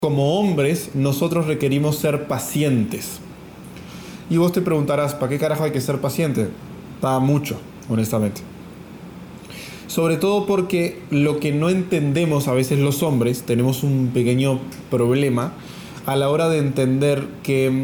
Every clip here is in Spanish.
Como hombres, nosotros requerimos ser pacientes. Y vos te preguntarás, ¿para qué carajo hay que ser paciente? Para mucho, honestamente. Sobre todo porque lo que no entendemos a veces los hombres, tenemos un pequeño problema a la hora de entender que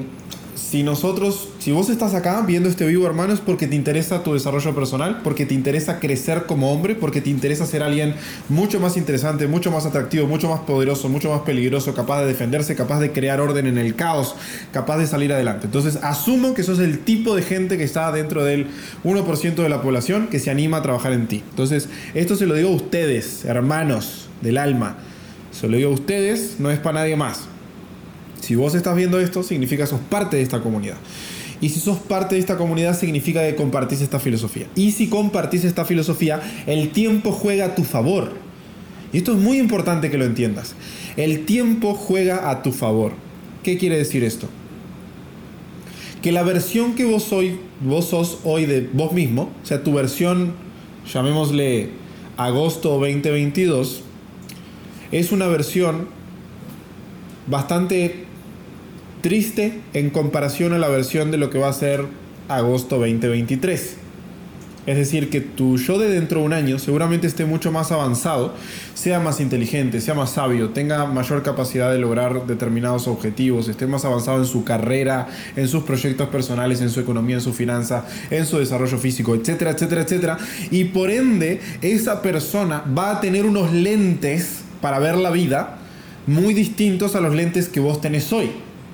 si vos estás acá viendo este vivo, hermano, es porque te interesa tu desarrollo personal, porque te interesa crecer como hombre, porque te interesa ser alguien mucho más interesante, mucho más atractivo, mucho más poderoso, mucho más peligroso, capaz de defenderse, capaz de crear orden en el caos, capaz de salir adelante. Entonces, asumo que sos el tipo de gente que está dentro del 1% de la población que se anima a trabajar en ti. Entonces, esto se lo digo a ustedes, hermanos del alma. Se lo digo a ustedes, no es para nadie más. Si vos estás viendo esto, significa que sos parte de esta comunidad. Y si sos parte de esta comunidad, significa que compartís esta filosofía. Y si compartís esta filosofía, el tiempo juega a tu favor. Y esto es muy importante que lo entiendas. El tiempo juega a tu favor. ¿Qué quiere decir esto? Que la versión que vos sos hoy de vos mismo, o sea, tu versión, llamémosle agosto 2022, es una versión bastante triste en comparación a la versión de lo que va a ser agosto 2023. Es decir, que tu yo de dentro de un año seguramente esté mucho más avanzado, sea más inteligente, sea más sabio, tenga mayor capacidad de lograr determinados objetivos, esté más avanzado en su carrera, en sus proyectos personales, en su economía, en su finanza, en su desarrollo físico, etcétera, etcétera, etcétera. Y por ende, esa persona va a tener unos lentes para ver la vida muy distintos a los lentes que vos tenés hoy.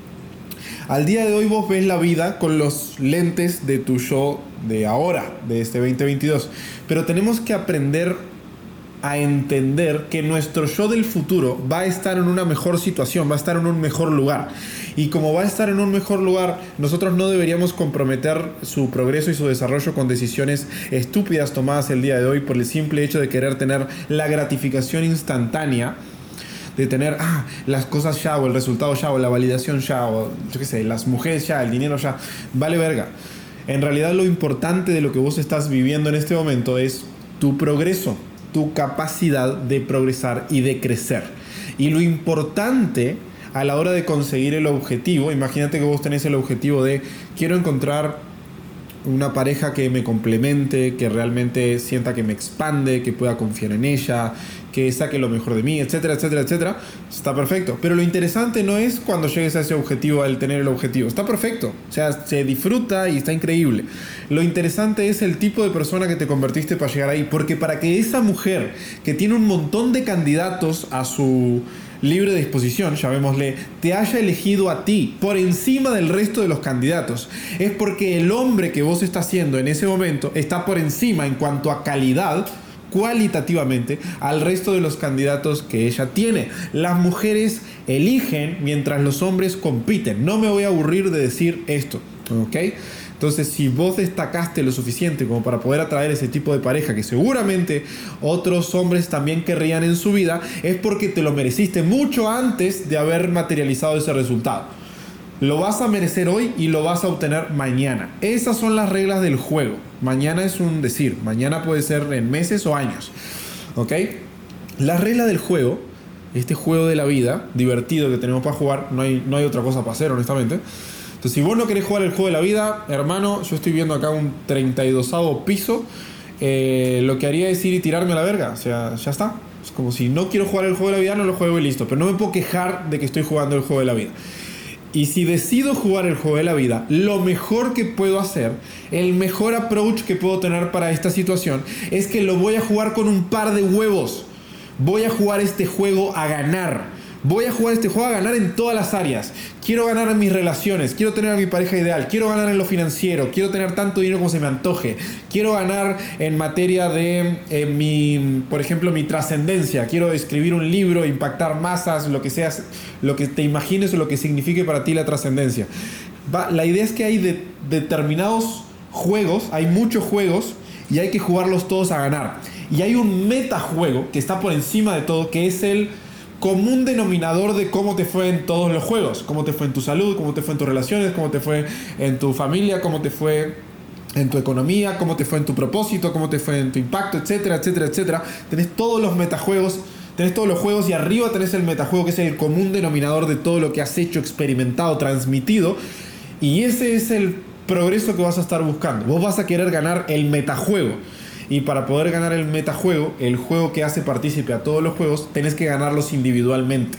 Al día de hoy vos ves la vida con los lentes de tu yo de ahora, de este 2022. Pero tenemos que aprender a entender que nuestro yo del futuro va a estar en una mejor situación, va a estar en un mejor lugar. Y como va a estar en un mejor lugar, nosotros no deberíamos comprometer su progreso y su desarrollo con decisiones estúpidas tomadas el día de hoy por el simple hecho de querer tener la gratificación instantánea de tener las cosas ya, o el resultado ya, o la validación ya, o yo qué sé, las mujeres ya, el dinero ya. Vale verga. En realidad lo importante de lo que vos estás viviendo en este momento es tu progreso, tu capacidad de progresar y de crecer. Y lo importante a la hora de conseguir el objetivo, imagínate que vos tenés el objetivo de quiero encontrar una pareja que me complemente, que realmente sienta que me expande, que pueda confiar en ella, que saque lo mejor de mí, etcétera, etcétera, etcétera. Está perfecto. Pero lo interesante no es cuando llegues a ese objetivo, al tener el objetivo. Está perfecto. O sea, se disfruta y está increíble. Lo interesante es el tipo de persona que te convertiste para llegar ahí. Porque para que esa mujer que tiene un montón de candidatos a su libre disposición, llamémosle, te haya elegido a ti por encima del resto de los candidatos, es porque el hombre que vos estás siendo en ese momento está por encima en cuanto a calidad, cualitativamente, al resto de los candidatos que ella tiene. Las mujeres eligen mientras los hombres compiten. No me voy a aburrir de decir esto, ¿ok? Entonces, si vos destacaste lo suficiente como para poder atraer ese tipo de pareja que seguramente otros hombres también querrían en su vida, es porque te lo mereciste mucho antes de haber materializado ese resultado. Lo vas a merecer hoy y lo vas a obtener mañana. Esas son las reglas del juego. Mañana es un decir. Mañana puede ser en meses o años. ¿Ok? Las reglas del juego, este juego de la vida, divertido que tenemos para jugar, no hay otra cosa para hacer, honestamente. Entonces, si vos no querés jugar el juego de la vida, hermano, yo estoy viendo acá un 32º piso. Lo que haría es ir y tirarme a la verga. O sea, ya está. Es como si no quiero jugar el juego de la vida, no lo juego y listo. Pero no me puedo quejar de que estoy jugando el juego de la vida. Y si decido jugar el juego de la vida, lo mejor que puedo hacer, el mejor approach que puedo tener para esta situación, es que lo voy a jugar con un par de huevos. Voy a jugar este juego a ganar. Voy a jugar este juego a ganar en todas las áreas. Quiero ganar en mis relaciones, quiero tener a mi pareja ideal, quiero ganar en lo financiero, quiero tener tanto dinero como se me antoje, quiero ganar en materia de, por ejemplo, mi trascendencia, quiero escribir un libro, impactar masas, lo que sea, lo que te imagines o lo que signifique para ti la trascendencia. La idea es que hay determinados juegos, hay muchos juegos y hay que jugarlos todos a ganar. Y hay un metajuego que está por encima de todo, que es el común denominador de cómo te fue en todos los juegos. Cómo te fue en tu salud, cómo te fue en tus relaciones, cómo te fue en tu familia, cómo te fue en tu economía, cómo te fue en tu propósito, cómo te fue en tu impacto, etcétera, etcétera, etcétera. Tenés todos los metajuegos Tenés todos los juegos y arriba tenés el metajuego, que es el común denominador de todo lo que has hecho, experimentado, transmitido. Y ese es el progreso que vas a estar buscando. Vos vas a querer ganar el metajuego. Y para poder ganar el metajuego, el juego que hace partícipe a todos los juegos, tenés que ganarlos individualmente.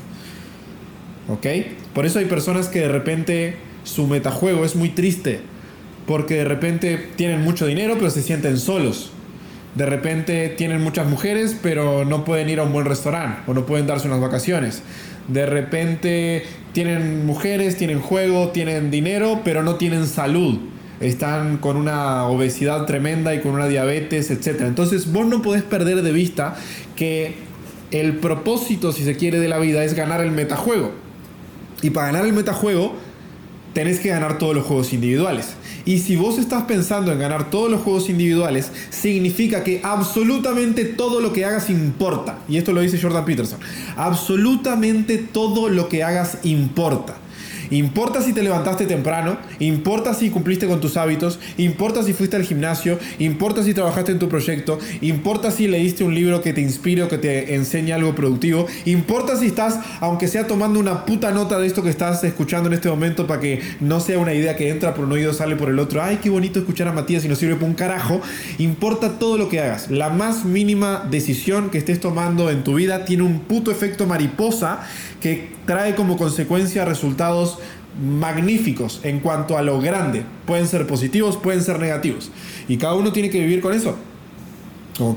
¿Ok? Por eso hay personas que de repente su metajuego es muy triste. Porque de repente tienen mucho dinero pero se sienten solos. De repente tienen muchas mujeres pero no pueden ir a un buen restaurante o no pueden darse unas vacaciones. De repente tienen mujeres, tienen juego, tienen dinero pero no tienen salud. Están con una obesidad tremenda y con una diabetes, etc. Entonces vos no podés perder de vista que el propósito, si se quiere, de la vida es ganar el metajuego. Y para ganar el metajuego tenés que ganar todos los juegos individuales. Y si vos estás pensando en ganar todos los juegos individuales, significa que absolutamente todo lo que hagas importa. Y esto lo dice Jordan Peterson. Absolutamente todo lo que hagas importa. Importa si te levantaste temprano, importa si cumpliste con tus hábitos, importa si fuiste al gimnasio, importa si trabajaste en tu proyecto, importa si leíste un libro que te inspire o que te enseñe algo productivo, importa si estás, aunque sea tomando una puta nota de esto que estás escuchando en este momento para que no sea una idea que entra por un oído, sale por el otro, ay, qué bonito escuchar a Matías y no sirve para un carajo. Importa todo lo que hagas. La más mínima decisión que estés tomando en tu vida tiene un puto efecto mariposa que trae como consecuencia resultados magníficos en cuanto a lo grande. Pueden ser positivos, pueden ser negativos. Y cada uno tiene que vivir con eso. ¿Ok?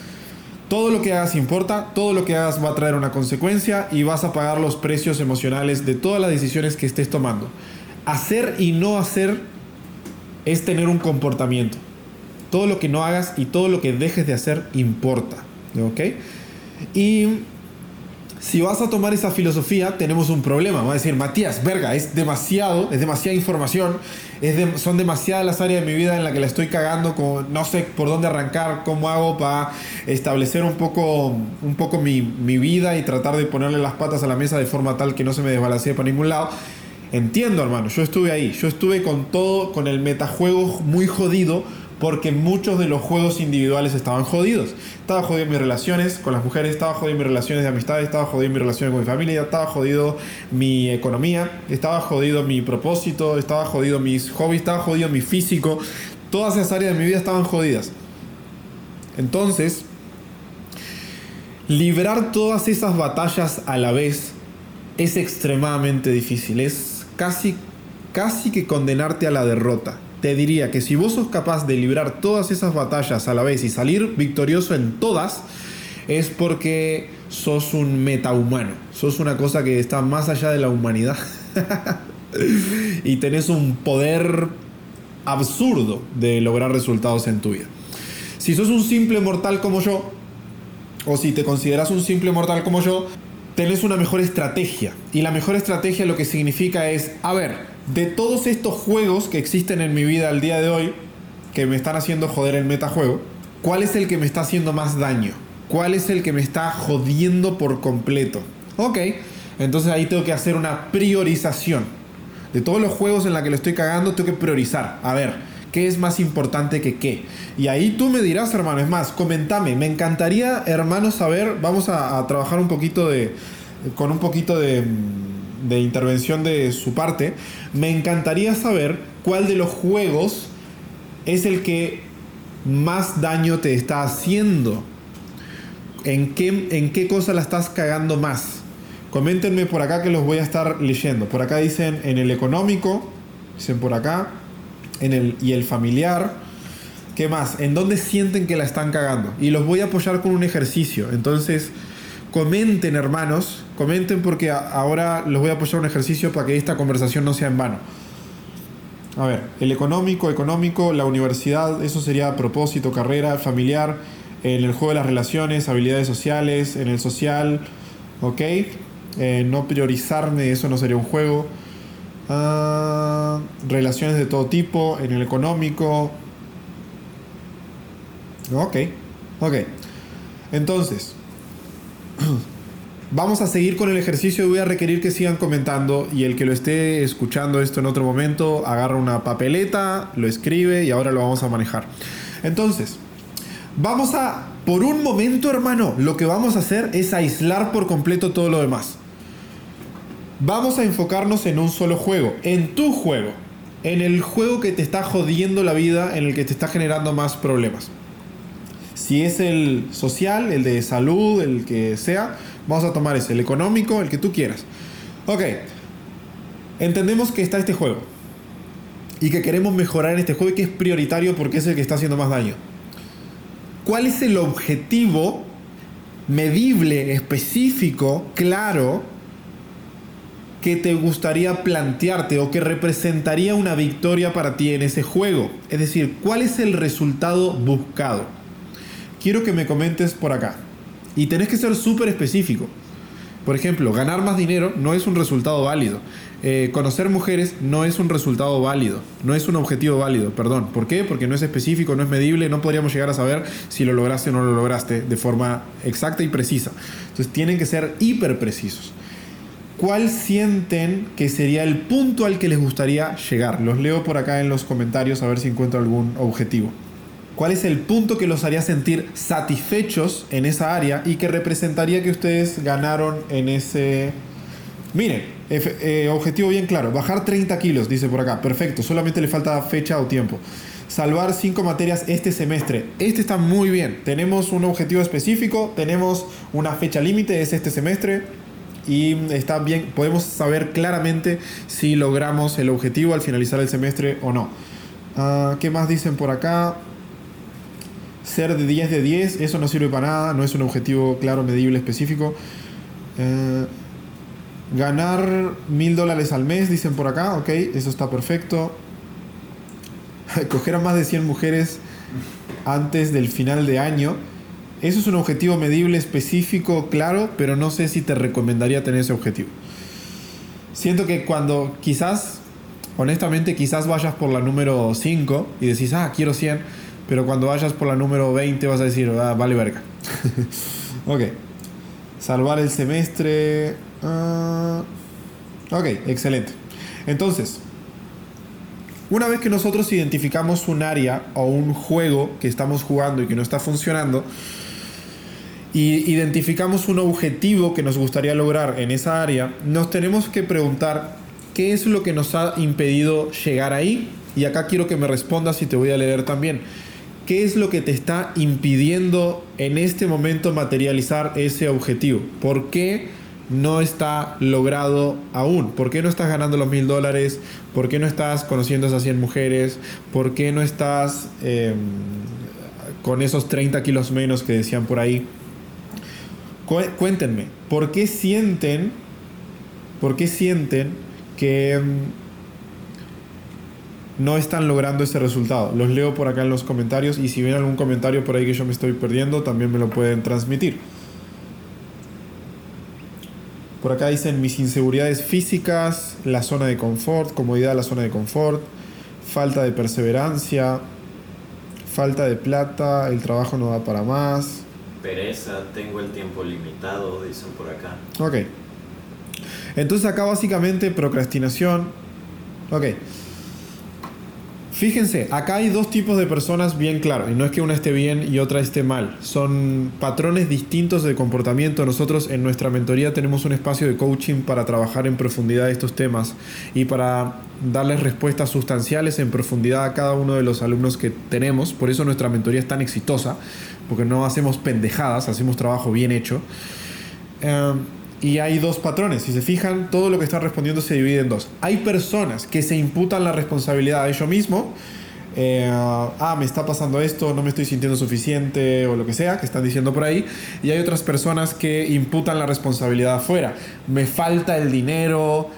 Todo lo que hagas importa, todo lo que hagas va a traer una consecuencia y vas a pagar los precios emocionales de todas las decisiones que estés tomando. Hacer y no hacer es tener un comportamiento. Todo lo que no hagas y todo lo que dejes de hacer importa. ¿Ok? Y si vas a tomar esa filosofía, tenemos un problema. Va a decir, Matías, verga, es demasiada información, son demasiadas las áreas de mi vida en las que la estoy cagando, no sé por dónde arrancar, cómo hago para establecer un poco mi vida y tratar de ponerle las patas a la mesa de forma tal que no se me desbalancee para ningún lado. Entiendo, hermano, yo estuve ahí, yo estuve con el metajuego muy jodido, porque muchos de los juegos individuales estaban jodidos. Estaba jodido en mis relaciones con las mujeres, estaba jodido en mis relaciones de amistad, estaba jodido en mis relaciones con mi familia, estaba jodido mi economía, estaba jodido mi propósito, estaba jodido mis hobbies, estaba jodido mi físico. Todas esas áreas de mi vida estaban jodidas. Entonces, librar todas esas batallas a la vez es extremadamente difícil. Es casi que condenarte a la derrota. Te diría que si vos sos capaz de librar todas esas batallas a la vez y salir victorioso en todas, es porque sos un metahumano. Sos una cosa que está más allá de la humanidad. Y tenés un poder absurdo de lograr resultados en tu vida. Si sos un simple mortal como yo, o si te consideras un simple mortal como yo, tenés una mejor estrategia. Y la mejor estrategia lo que significa es, a ver, de todos estos juegos que existen en mi vida al día de hoy, que me están haciendo joder el metajuego, ¿cuál es el que me está haciendo más daño? ¿Cuál es el que me está jodiendo por completo? Ok, entonces ahí tengo que hacer una priorización. De todos los juegos en los que lo estoy cagando, tengo que priorizar. A ver, ¿qué es más importante que qué? Y ahí tú me dirás, hermano, es más, comentame. Me encantaría, hermano, saber, vamos a trabajar con un poquito de intervención de su parte. Me encantaría saber cuál de los juegos es el que más daño te está haciendo. ¿En qué cosa la estás cagando más? Coméntenme por acá que los voy a estar leyendo. Por acá dicen en el económico, dicen por acá, y el familiar. ¿Qué más? ¿En dónde sienten que la están cagando? Y los voy a apoyar con un ejercicio. Entonces, comenten, hermanos, comenten, porque ahora los voy a apoyar un ejercicio para que esta conversación no sea en vano. A ver, el económico, la universidad, eso sería propósito, carrera, familiar, en el juego de las relaciones, habilidades sociales, en el social, ok, no priorizarme, eso no sería un juego. Relaciones de todo tipo, en el económico, ok, entonces vamos a seguir con el ejercicio y voy a requerir que sigan comentando, y el que lo esté escuchando esto en otro momento agarra una papeleta, lo escribe y ahora lo vamos a manejar. Entonces, vamos a por un momento, hermano, lo que vamos a hacer es aislar por completo todo lo demás. Vamos a enfocarnos en un solo juego, en tu juego, en el juego que te está jodiendo la vida, en el que te está generando más problemas. Si es el social, el de salud, el que sea, vamos a tomar ese, el económico, el que tú quieras. Ok, entendemos que está este juego y que queremos mejorar en este juego y que es prioritario porque es el que está haciendo más daño. ¿Cuál es el objetivo medible, específico, claro, que te gustaría plantearte o que representaría una victoria para ti en ese juego? Es decir, ¿cuál es el resultado buscado? Quiero que me comentes por acá. Y tenés que ser súper específico. Por ejemplo, ganar más dinero no es un resultado válido. Conocer mujeres no es un resultado válido. No es un objetivo válido, perdón. ¿Por qué? Porque no es específico, no es medible. No podríamos llegar a saber si lo lograste o no lo lograste de forma exacta y precisa. Entonces tienen que ser hiper precisos. ¿Cuál sienten que sería el punto al que les gustaría llegar? Los leo por acá en los comentarios a ver si encuentro algún objetivo. ¿Cuál es el punto que los haría sentir satisfechos en esa área y que representaría que ustedes ganaron en ese... Miren, objetivo bien claro. Bajar 30 kilos, dice por acá. Perfecto, solamente le falta fecha o tiempo. Salvar 5 materias este semestre. Este está muy bien. Tenemos un objetivo específico, tenemos una fecha límite, es este semestre. Y está bien, podemos saber claramente si logramos el objetivo al finalizar el semestre o no. ¿Qué más dicen por acá? Ser de 10 de 10, eso no sirve para nada, no es un objetivo claro, medible, específico. Ganar $1,000 al mes, dicen por acá, ok, eso está perfecto. Coger a más de 100 mujeres antes del final de año. Eso es un objetivo medible, específico, claro, pero no sé si te recomendaría tener ese objetivo. Siento que cuando quizás, honestamente, quizás vayas por la número 5 y decís, quiero 100, pero cuando vayas por la número 20 vas a decir, vale verga. Ok. Salvar el semestre. Ok, excelente. Entonces, una vez que nosotros identificamos un área o un juego que estamos jugando y que no está funcionando, y identificamos un objetivo que nos gustaría lograr en esa área, nos tenemos que preguntar qué es lo que nos ha impedido llegar ahí. Y acá quiero que me respondas y te voy a leer también. ¿Qué es lo que te está impidiendo en este momento materializar ese objetivo? ¿Por qué no está logrado aún? ¿Por qué no estás ganando los $1,000? ¿Por qué no estás conociendo a esas 100 mujeres? ¿Por qué no estás con esos 30 kilos menos que decían por ahí? Cuéntenme, ¿por qué sienten que no están logrando ese resultado? Los leo por acá en los comentarios y si ven algún comentario por ahí que yo me estoy perdiendo, también me lo pueden transmitir. Por acá dicen mis inseguridades físicas, la zona de confort, comodidad de la zona de confort, falta de perseverancia, falta de plata, el trabajo no da para más. Pereza, tengo el tiempo limitado, dicen por acá. Ok. Entonces acá básicamente procrastinación. Ok. Fíjense, acá hay dos tipos de personas bien claros, y no es que una esté bien y otra esté mal, son patrones distintos de comportamiento. Nosotros en nuestra mentoría tenemos un espacio de coaching para trabajar en profundidad estos temas y para darles respuestas sustanciales en profundidad a cada uno de los alumnos que tenemos. Por eso nuestra mentoría es tan exitosa, porque no hacemos pendejadas, hacemos trabajo bien hecho. Y hay dos patrones. Si se fijan, todo lo que están respondiendo se divide en dos. Hay personas que se imputan la responsabilidad a ellos mismos. Me está pasando esto, no me estoy sintiendo suficiente o lo que sea, que están diciendo por ahí. Y hay otras personas que imputan la responsabilidad afuera. Me falta el dinero,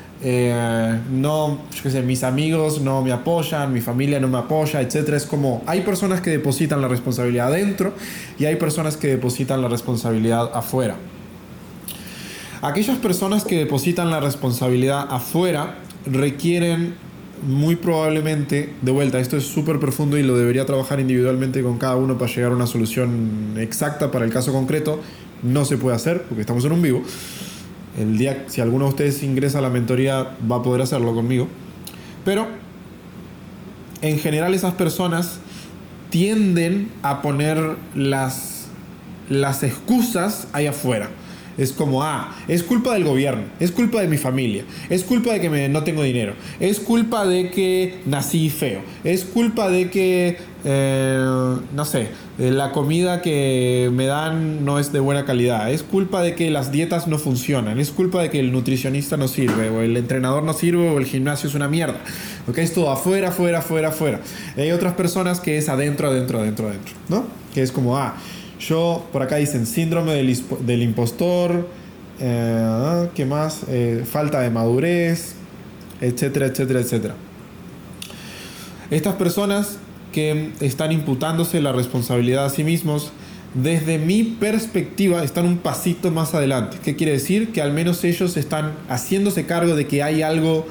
mis amigos no me apoyan, mi familia no me apoya, etc. Es como, hay personas que depositan la responsabilidad adentro y hay personas que depositan la responsabilidad afuera. Aquellas personas que depositan la responsabilidad afuera requieren muy probablemente, de vuelta, esto es súper profundo y lo debería trabajar individualmente con cada uno para llegar a una solución exacta para el caso concreto. No se puede hacer porque estamos en un vivo. El día, si alguno de ustedes ingresa a la mentoría, va a poder hacerlo conmigo. Pero, en general, esas personas tienden a poner las excusas ahí afuera. Es como, es culpa del gobierno, es culpa de mi familia, es culpa de que no tengo dinero, es culpa de que nací feo, es culpa de que, no sé, la comida que me dan no es de buena calidad, es culpa de que las dietas no funcionan, es culpa de que el nutricionista no sirve, o el entrenador no sirve, o el gimnasio es una mierda. ¿Ok? Es todo afuera, afuera, afuera, afuera. Y hay otras personas que es adentro, adentro, adentro, adentro, ¿no? Que es como, yo, por acá dicen síndrome del impostor, ¿qué más? Falta de madurez, etcétera, etcétera, etcétera. Estas personas que están imputándose la responsabilidad a sí mismos, desde mi perspectiva, están un pasito más adelante. ¿Qué quiere decir? Que al menos ellos están haciéndose cargo de que hay algo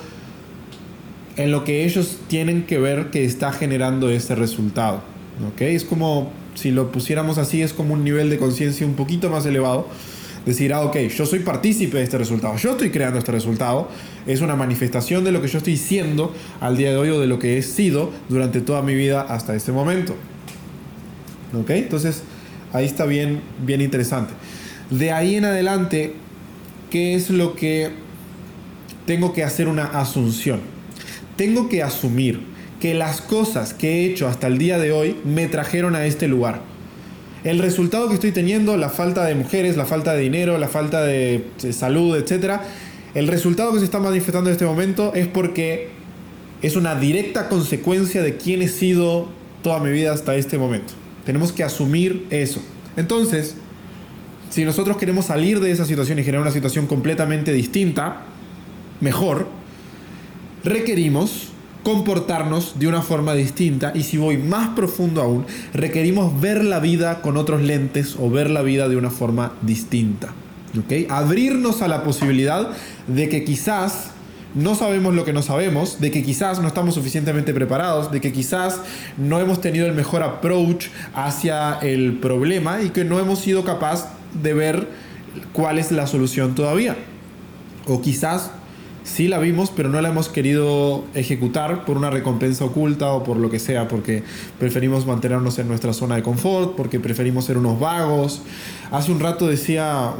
en lo que ellos tienen que ver que está generando ese resultado. ¿Ok? Es como, si lo pusiéramos así, es como un nivel de conciencia un poquito más elevado. Decir, ok, yo soy partícipe de este resultado, yo estoy creando este resultado, es una manifestación de lo que yo estoy siendo al día de hoy o de lo que he sido durante toda mi vida hasta este momento. ¿Ok? Entonces, ahí está bien, bien interesante. De ahí en adelante, ¿qué es lo que tengo que hacer? Una asunción. Tengo que asumir que las cosas que he hecho hasta el día de hoy me trajeron a este lugar. El resultado que estoy teniendo, la falta de mujeres, la falta de dinero, la falta de salud, etc. El resultado que se está manifestando en este momento es porque es una directa consecuencia de quién he sido toda mi vida hasta este momento. Tenemos que asumir eso. Entonces, si nosotros queremos salir de esa situación y generar una situación completamente distinta, mejor, requerimos comportarnos de una forma distinta, y si voy más profundo aún, requerimos ver la vida con otros lentes o ver la vida de una forma distinta. ¿Okay? Abrirnos a la posibilidad de que quizás no sabemos lo que no sabemos, de que quizás no estamos suficientemente preparados, de que quizás no hemos tenido el mejor approach hacia el problema y que no hemos sido capaces de ver cuál es la solución todavía. O quizás sí la vimos, pero no la hemos querido ejecutar por una recompensa oculta o por lo que sea, porque preferimos mantenernos en nuestra zona de confort, porque preferimos ser unos vagos. Hace un rato decía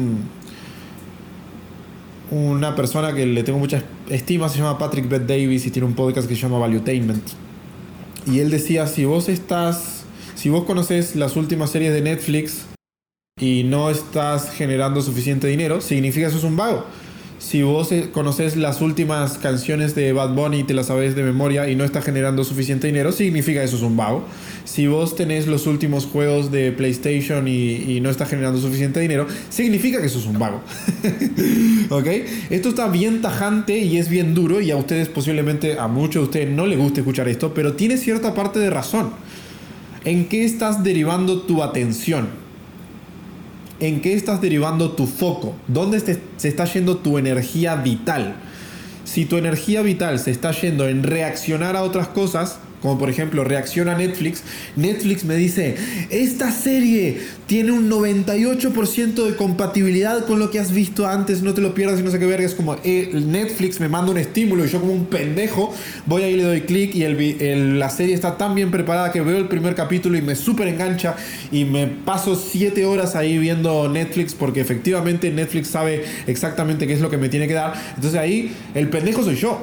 una persona que le tengo mucha estima, se llama Patrick Bet-Davis y tiene un podcast que se llama Valuetainment. Y él decía, si vos conoces las últimas series de Netflix y no estás generando suficiente dinero, significa que sos un vago. Si vos conoces las últimas canciones de Bad Bunny y te las sabes de memoria y no estás generando suficiente dinero, significa que sos un vago. Si vos tenés los últimos juegos de PlayStation y no estás generando suficiente dinero, significa que sos un vago. ¿Ok? Esto está bien tajante y es bien duro, y a ustedes posiblemente, a muchos de ustedes no les guste escuchar esto, pero tiene cierta parte de razón. ¿En qué estás derivando tu atención? ¿En qué estás derivando tu foco? ¿Dónde se está yendo tu energía vital? Si tu energía vital se está yendo en reaccionar a otras cosas, como por ejemplo reacciona a Netflix, Netflix me dice, esta serie tiene un 98% de compatibilidad con lo que has visto antes, no te lo pierdas y no sé qué verga. Es como Netflix me manda un estímulo y yo como un pendejo voy ahí y le doy clic, y la serie está tan bien preparada que veo el primer capítulo y me súper engancha y me paso 7 horas ahí viendo Netflix, porque efectivamente Netflix sabe exactamente qué es lo que me tiene que dar. Entonces ahí el pendejo soy yo.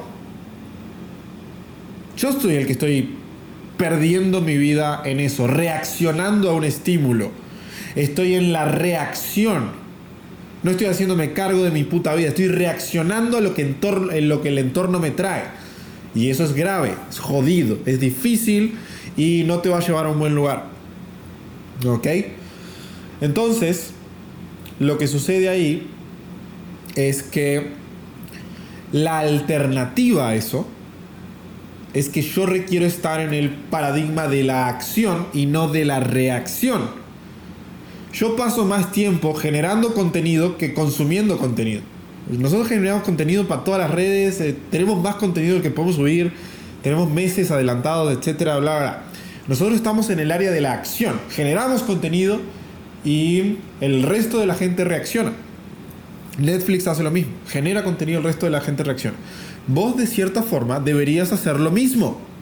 Yo soy el que estoy perdiendo mi vida en eso, reaccionando a un estímulo. Estoy en la reacción. No estoy haciéndome cargo de mi puta vida. Estoy reaccionando a lo que el entorno me trae. Y eso es grave, es jodido, es difícil y no te va a llevar a un buen lugar. ¿Ok? Entonces, lo que sucede ahí es que la alternativa a eso es que yo requiero estar en el paradigma de la acción y no de la reacción. Yo paso más tiempo generando contenido que consumiendo contenido. Nosotros generamos contenido para todas las redes, tenemos más contenido del que podemos subir, tenemos meses adelantados, etcétera, bla, bla. Nosotros estamos en el área de la acción, generamos contenido y el resto de la gente reacciona. Netflix hace lo mismo, genera contenido, el resto de la gente reacciona. Vos de cierta forma deberías hacer lo mismo.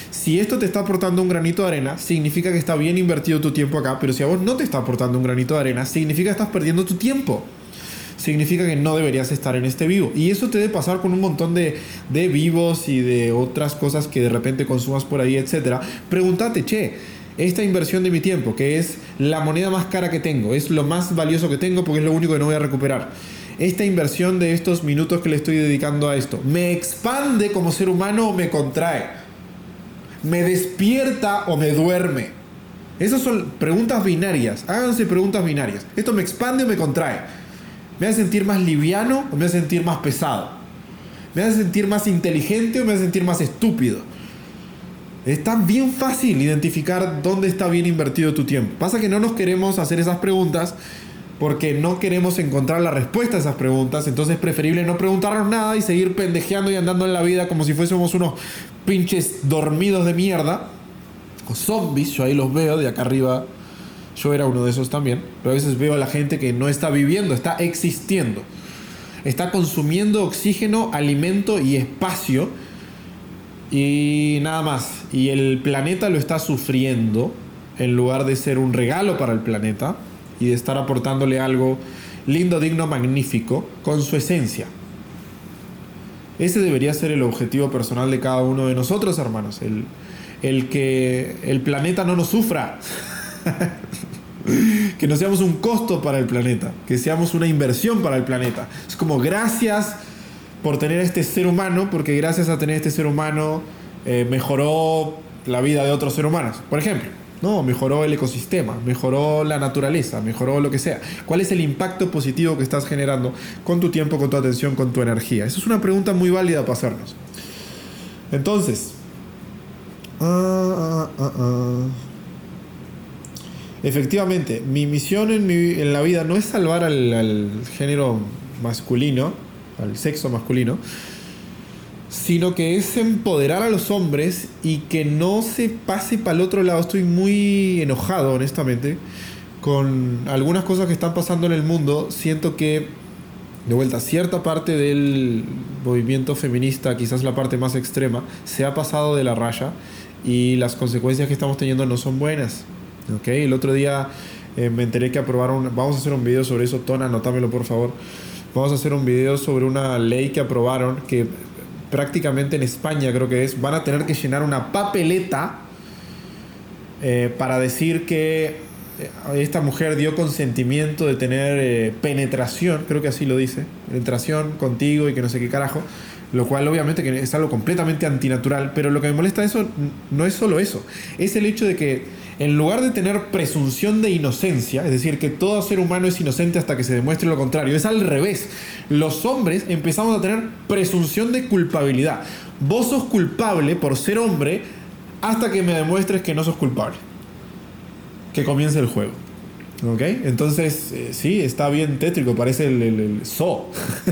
Si esto te está aportando un granito de arena, significa que está bien invertido tu tiempo acá, pero si a vos no te está aportando un granito de arena, significa que estás perdiendo tu tiempo. Significa que no deberías estar en este vivo. Y eso te debe pasar con un montón de vivos y de otras cosas que de repente consumas por ahí, etc. Pregúntate, esta inversión de mi tiempo, que es la moneda más cara que tengo, es lo más valioso que tengo porque es lo único que no voy a recuperar. Esta inversión de estos minutos que le estoy dedicando a esto, ¿me expande como ser humano o me contrae? ¿Me despierta o me duerme? Esas son preguntas binarias. Háganse preguntas binarias. ¿Esto me expande o me contrae? ¿Me hace sentir más liviano o me hace sentir más pesado? ¿Me hace sentir más inteligente o me hace sentir más estúpido? Está bien fácil identificar dónde está bien invertido tu tiempo. Pasa que no nos queremos hacer esas preguntas porque no queremos encontrar la respuesta a esas preguntas. Entonces es preferible no preguntarnos nada y seguir pendejeando y andando en la vida como si fuésemos unos pinches dormidos de mierda. O zombies, yo ahí los veo de acá arriba. Yo era uno de esos también. Pero a veces veo a la gente que no está viviendo, está existiendo. Está consumiendo oxígeno, alimento y espacio. Y nada más. Y el planeta lo está sufriendo en lugar de ser un regalo para el planeta y de estar aportándole algo lindo, digno, magnífico con su esencia. Ese debería ser el objetivo personal de cada uno de nosotros, hermanos. El que el planeta no nos sufra. Que no seamos un costo para el planeta, que seamos una inversión para el planeta. Es como gracias por tener a este ser humano, porque gracias a tener este ser humano mejoró la vida de otros seres humanos, por ejemplo. No, mejoró el ecosistema, mejoró la naturaleza, mejoró lo que sea. ¿Cuál es el impacto positivo que estás generando con tu tiempo, con tu atención, con tu energía? Esa es una pregunta muy válida para hacernos. Entonces, efectivamente, mi misión en la vida no es salvar al género masculino, al sexo masculino, sino que es empoderar a los hombres y que no se pase para el otro lado. Estoy muy enojado, honestamente, con algunas cosas que están pasando en el mundo. Siento que, de vuelta, cierta parte del movimiento feminista, quizás la parte más extrema, se ha pasado de la raya y las consecuencias que estamos teniendo no son buenas. ¿Okay? El otro día me enteré que aprobaron, vamos a hacer un video sobre eso, Tona, anótamelo por favor. Vamos a hacer un video sobre una ley que aprobaron que prácticamente en España creo que es, van a tener que llenar una papeleta para decir que esta mujer dio consentimiento de tener penetración, creo que así lo dice, penetración contigo y que no sé qué carajo, lo cual obviamente que es algo completamente antinatural, pero lo que me molesta de eso no es solo eso, es el hecho de que en lugar de tener presunción de inocencia, es decir, que todo ser humano es inocente hasta que se demuestre lo contrario, es al revés. Los hombres empezamos a tener presunción de culpabilidad. Vos sos culpable por ser hombre hasta que me demuestres que no sos culpable. Que comience el juego. ¿Ok? Entonces, sí, está bien tétrico, parece el zoo.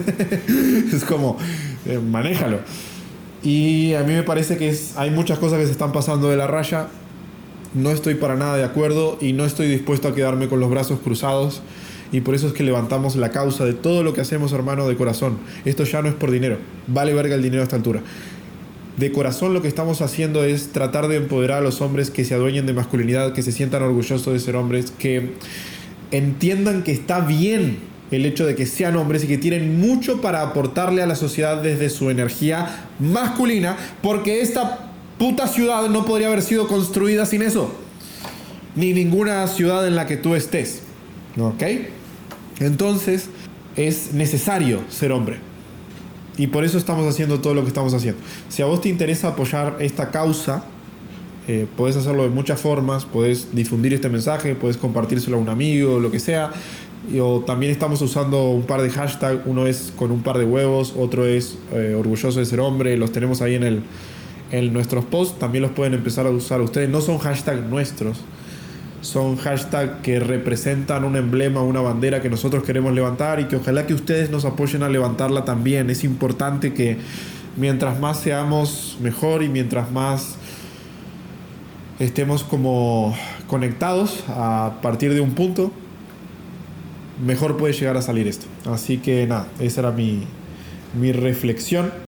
Es como, manéjalo. Y a mí me parece que hay muchas cosas que se están pasando de la raya. No estoy para nada de acuerdo y no estoy dispuesto a quedarme con los brazos cruzados, y por eso es que levantamos la causa de todo lo que hacemos, hermano, de corazón. Esto ya no es por dinero, vale verga el dinero a esta altura. De corazón lo que estamos haciendo es tratar de empoderar a los hombres que se adueñen de masculinidad, que se sientan orgullosos de ser hombres, que entiendan que está bien el hecho de que sean hombres y que tienen mucho para aportarle a la sociedad desde su energía masculina, porque esta puta ciudad no podría haber sido construida sin eso. Ni ninguna ciudad en la que tú estés. ¿Ok? Entonces, es necesario ser hombre. Y por eso estamos haciendo todo lo que estamos haciendo. Si a vos te interesa apoyar esta causa, podés hacerlo de muchas formas. Podés difundir este mensaje, podés compartírselo a un amigo, lo que sea. O también estamos usando un par de hashtags. Uno es con un par de huevos, otro es orgulloso de ser hombre. Los tenemos ahí en nuestros posts. También los pueden empezar a usar ustedes. No son hashtags nuestros, son hashtags que representan un emblema, una bandera que nosotros queremos levantar y que ojalá que ustedes nos apoyen a levantarla también. Es importante que mientras más seamos mejor y mientras más estemos como conectados a partir de un punto, mejor puede llegar a salir esto. Así que nada, esa era mi reflexión